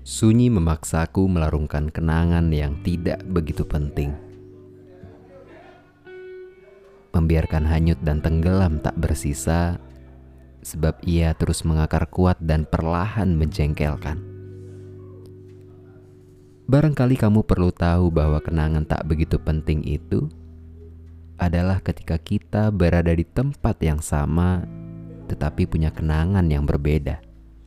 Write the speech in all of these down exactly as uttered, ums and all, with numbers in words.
Sunyi memaksaku melarungkan kenangan yang tidak begitu penting. Membiarkan hanyut dan tenggelam tak bersisa, sebab ia terus mengakar kuat dan perlahan menjengkelkan. Barangkali kamu perlu tahu bahwa kenangan tak begitu penting itu adalah ketika kita berada di tempat yang sama, tetapi punya kenangan yang berbeda.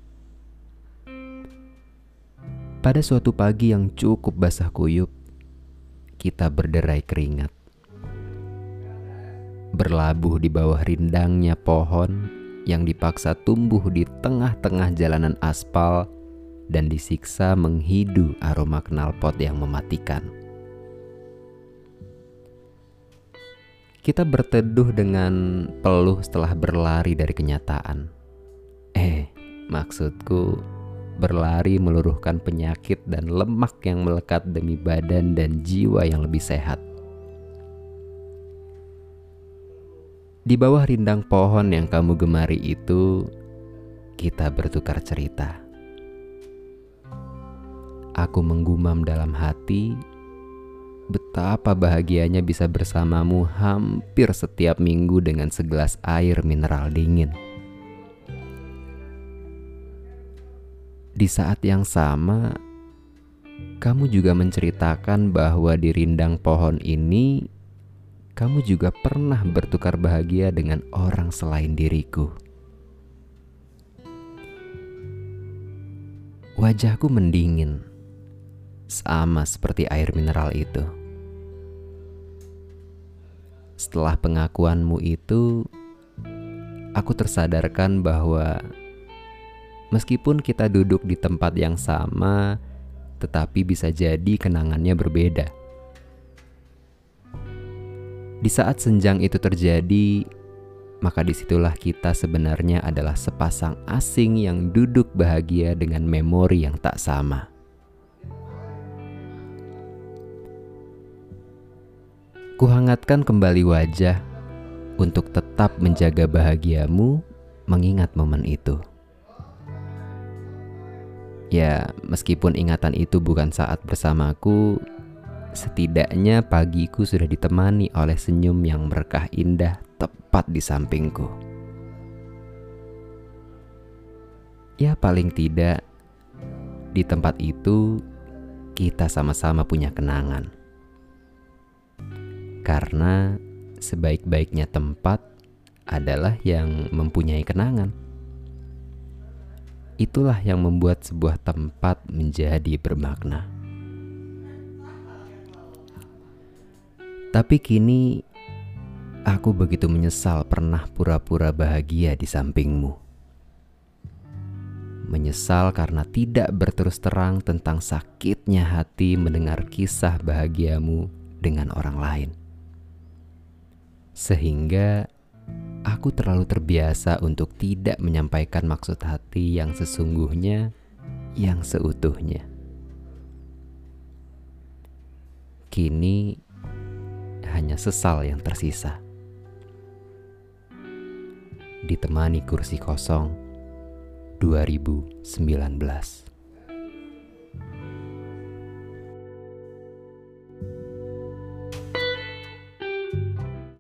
Pada suatu pagi yang cukup basah kuyup, kita berderai keringat. Berlabuh di bawah rindangnya pohon yang dipaksa tumbuh di tengah-tengah jalanan aspal dan disiksa menghidu aroma knalpot yang mematikan. Kita berteduh dengan peluh setelah berlari dari kenyataan. Eh, maksudku berlari meluruhkan penyakit dan lemak yang melekat demi badan dan jiwa yang lebih sehat. Di bawah rindang pohon yang kamu gemari itu, kita bertukar cerita. Aku menggumam dalam hati, betapa bahagianya bisa bersamamu hampir setiap minggu dengan segelas air mineral dingin. Di saat yang sama, kamu juga menceritakan bahwa di rindang pohon ini, kamu juga pernah bertukar bahagia dengan orang selain diriku. Wajahku mendingin, sama seperti air mineral itu. Setelah pengakuanmu itu, aku tersadarkan bahwa meskipun kita duduk di tempat yang sama, tetapi bisa jadi kenangannya berbeda. Di saat senjang itu terjadi, maka disitulah kita sebenarnya adalah sepasang asing yang duduk bahagia dengan memori yang tak sama. Kuhangatkan kembali wajah untuk tetap menjaga bahagiamu mengingat momen itu. Ya, meskipun ingatan itu bukan saat bersamaku, setidaknya pagiku sudah ditemani oleh senyum yang berkah indah tepat di sampingku. Ya, paling tidak di tempat itu kita sama-sama punya kenangan. Karena sebaik-baiknya tempat adalah yang mempunyai kenangan. Itulah yang membuat sebuah tempat menjadi bermakna. Tapi kini aku begitu menyesal pernah pura-pura bahagia di sampingmu. Menyesal karena tidak berterus terang tentang sakitnya hati mendengar kisah bahagiamu dengan orang lain. Sehingga aku terlalu terbiasa untuk tidak menyampaikan maksud hati yang sesungguhnya, yang seutuhnya. Kini hanya sesal yang tersisa. Ditemani kursi kosong dua ribu sembilan belas.